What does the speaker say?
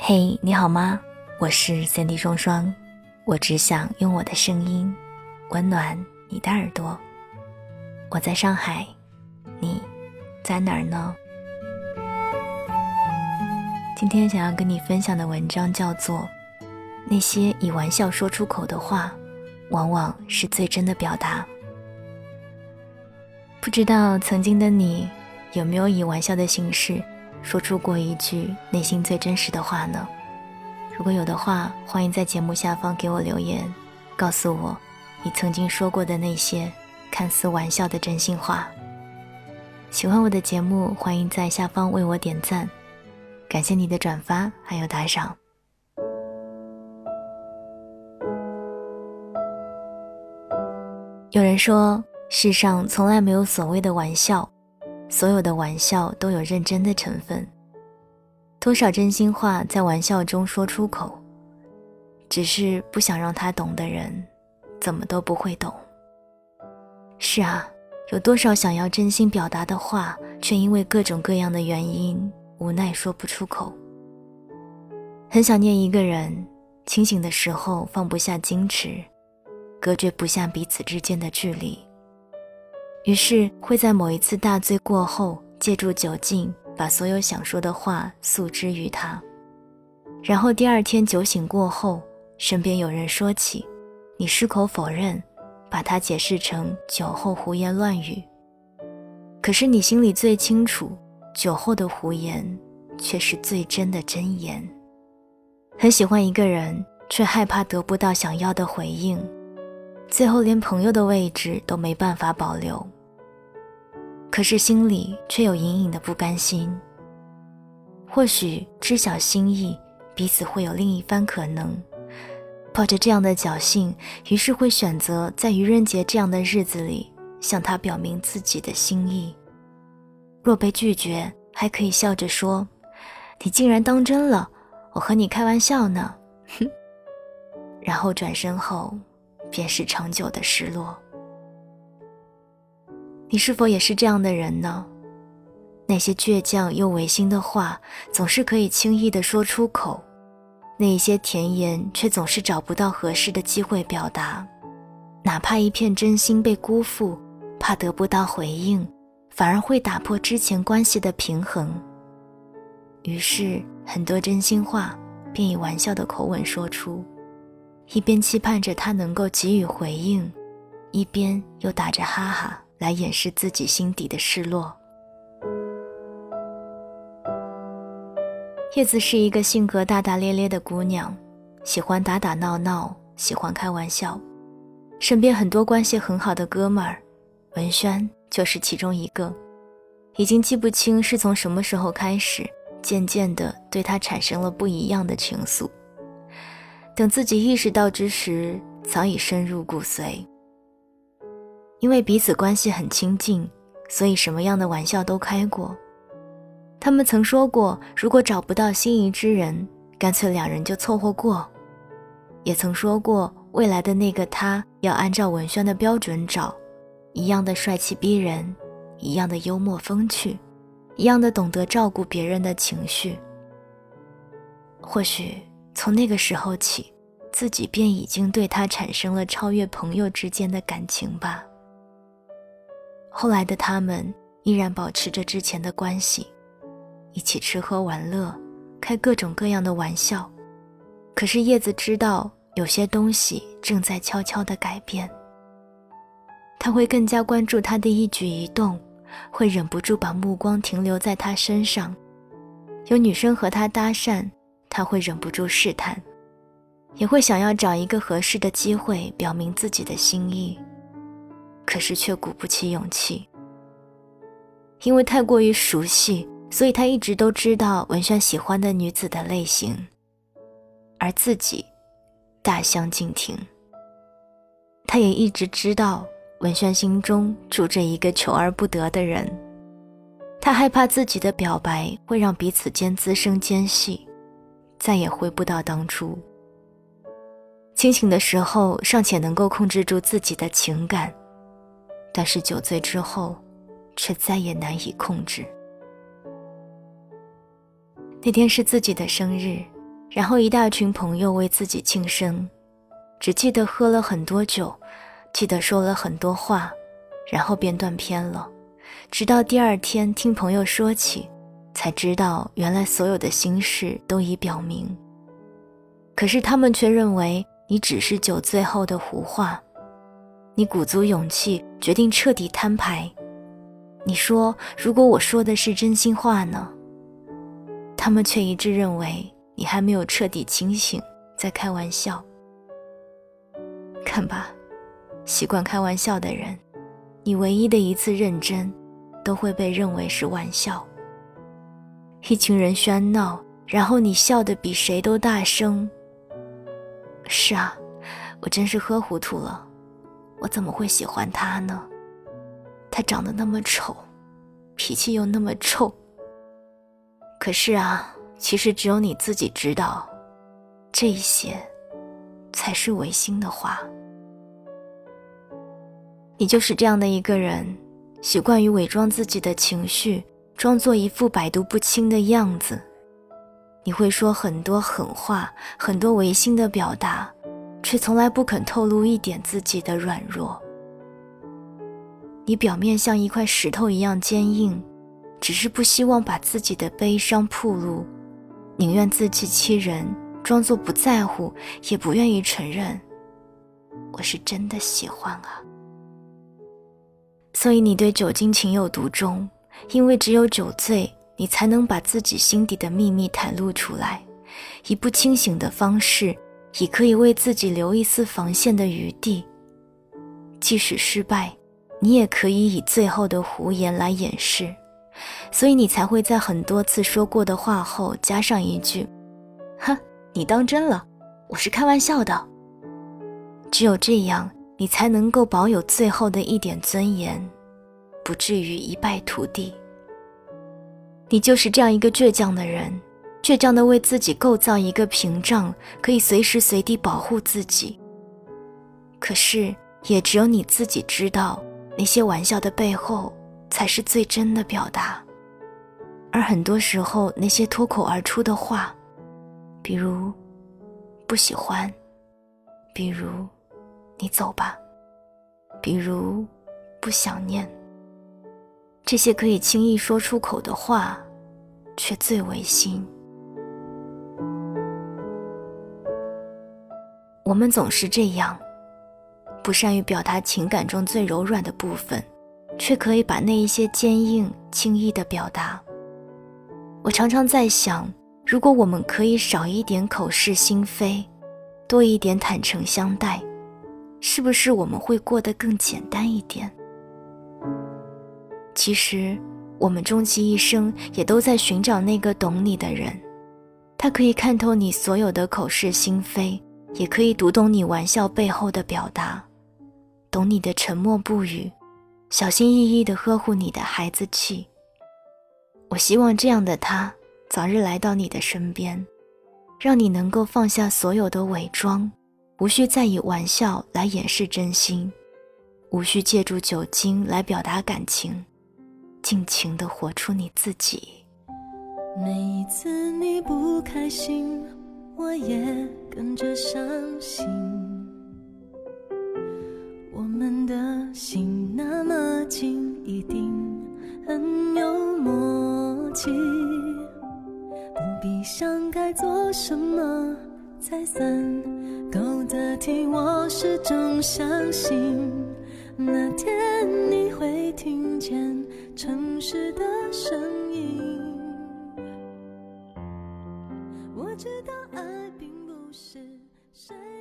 嘿，你好吗？我是三 D 双双，我只想用我的声音温暖你的耳朵。我在上海，你在哪儿呢？今天想要跟你分享的文章叫做那些以玩笑说出口的话，往往是最真的表达。不知道曾经的你有没有以玩笑的形式说出过一句内心最真实的话呢？如果有的话，欢迎在节目下方给我留言，告诉我你曾经说过的那些看似玩笑的真心话。喜欢我的节目，欢迎在下方为我点赞，感谢你的转发还有打赏。有人说，世上从来没有所谓的玩笑，所有的玩笑都有认真的成分。多少真心话在玩笑中说出口，只是不想让他懂的人怎么都不会懂。是啊，有多少想要真心表达的话，却因为各种各样的原因无奈说不出口。很想念一个人，清醒的时候放不下矜持，隔绝不下彼此之间的距离，于是会在某一次大醉过后，借助酒劲把所有想说的话诉之于他，然后第二天酒醒过后，身边有人说起，你矢口否认，把它解释成酒后胡言乱语。可是你心里最清楚，酒后的胡言却是最真的真言。很喜欢一个人，却害怕得不到想要的回应，最后连朋友的位置都没办法保留。可是心里却有隐隐的不甘心。或许知晓心意，彼此会有另一番可能。抱着这样的侥幸，于是会选择在愚人节这样的日子里，向他表明自己的心意。若被拒绝，还可以笑着说，你竟然当真了，我和你开玩笑呢。然后转身后，便是长久的失落。你是否也是这样的人呢？那些倔强又违心的话，总是可以轻易地说出口，那一些甜言却总是找不到合适的机会表达。哪怕一片真心被辜负，怕得不到回应，反而会打破之前关系的平衡。于是很多真心话便以玩笑的口吻说出，一边期盼着他能够给予回应，一边又打着哈哈来掩饰自己心底的失落。叶子是一个性格大大咧咧的姑娘，喜欢打打闹闹，喜欢开玩笑。身边很多关系很好的哥们儿，文轩就是其中一个。已经记不清是从什么时候开始，渐渐地对他产生了不一样的情愫。等自己意识到之时，早已深入骨髓。因为彼此关系很亲近，所以什么样的玩笑都开过。他们曾说过，如果找不到心仪之人，干脆两人就凑合过。也曾说过，未来的那个他要按照文轩的标准找，一样的帅气逼人，一样的幽默风趣，一样的懂得照顾别人的情绪。或许从那个时候起，自己便已经对他产生了超越朋友之间的感情吧。后来的他们依然保持着之前的关系，一起吃喝玩乐，开各种各样的玩笑。可是叶子知道，有些东西正在悄悄地改变。他会更加关注他的一举一动，会忍不住把目光停留在他身上。有女生和他搭讪，他会忍不住试探，也会想要找一个合适的机会表明自己的心意，可是却鼓不起勇气。因为太过于熟悉，所以他一直都知道文轩喜欢的女子的类型，而自己大相径庭。他也一直知道文轩心中住着一个求而不得的人，他害怕自己的表白会让彼此间滋生间隙，再也回不到当初。清醒的时候尚且能够控制住自己的情感，但是酒醉之后却再也难以控制。那天是自己的生日， 然后一大群朋友为自己庆生，只记得喝了很多酒，记得说了很多话，然后便断片了，直到第二天听朋友说起，才知道原来所有的心事都已表明。可是他们却认为你只是酒醉后的胡话，你鼓足勇气决定彻底摊牌。你说如果我说的是真心话呢？他们却一致认为你还没有彻底清醒，在开玩笑。看吧，习惯开玩笑的人，你唯一的一次认真都会被认为是玩笑。一群人喧闹，然后你笑得比谁都大声。是啊，我真是喝糊涂了，我怎么会喜欢他呢？他长得那么丑，脾气又那么臭。可是啊，其实只有你自己知道，这一些才是违心的话。你就是这样的一个人，习惯于伪装自己的情绪，装作一副百毒不侵的样子。你会说很多狠话，很多违心的表达，却从来不肯透露一点自己的软弱。你表面像一块石头一样坚硬，只是不希望把自己的悲伤暴露，宁愿自欺欺人，装作不在乎，也不愿意承认我是真的喜欢啊。所以你对酒精情有独钟，因为只有酒醉，你才能把自己心底的秘密袒露出来，以不清醒的方式，也可以为自己留一丝防线的余地。即使失败，你也可以以最后的胡言来掩饰，所以你才会在很多次说过的话后加上一句，哼，你当真了，我是开玩笑的。只有这样，你才能够保有最后的一点尊严，不至于一败涂地。你就是这样一个倔强的人，倔强地为自己构造一个屏障，可以随时随地保护自己。可是也只有你自己知道，那些玩笑的背后才是最真的表达。而很多时候，那些脱口而出的话，比如不喜欢，比如你走吧，比如不想念，这些可以轻易说出口的话，却最违心。我们总是这样，不善于表达情感中最柔软的部分，却可以把那一些坚硬轻易地表达。我常常在想，如果我们可以少一点口是心非，多一点坦诚相待，是不是我们会过得更简单一点？其实我们终其一生也都在寻找那个懂你的人，他可以看透你所有的口是心非，也可以读懂你玩笑背后的表达，懂你的沉默不语，小心翼翼地呵护你的孩子气。我希望这样的他早日来到你的身边，让你能够放下所有的伪装，无需再以玩笑来掩饰真心，无需借助酒精来表达感情，尽情地活出你自己。 每一次你不开心，我也跟着伤心，我们的心那么近，一定很有默契，不必想该做什么才算够得体。我始终相信那天你会听见城市的声音，我知道爱并不是谁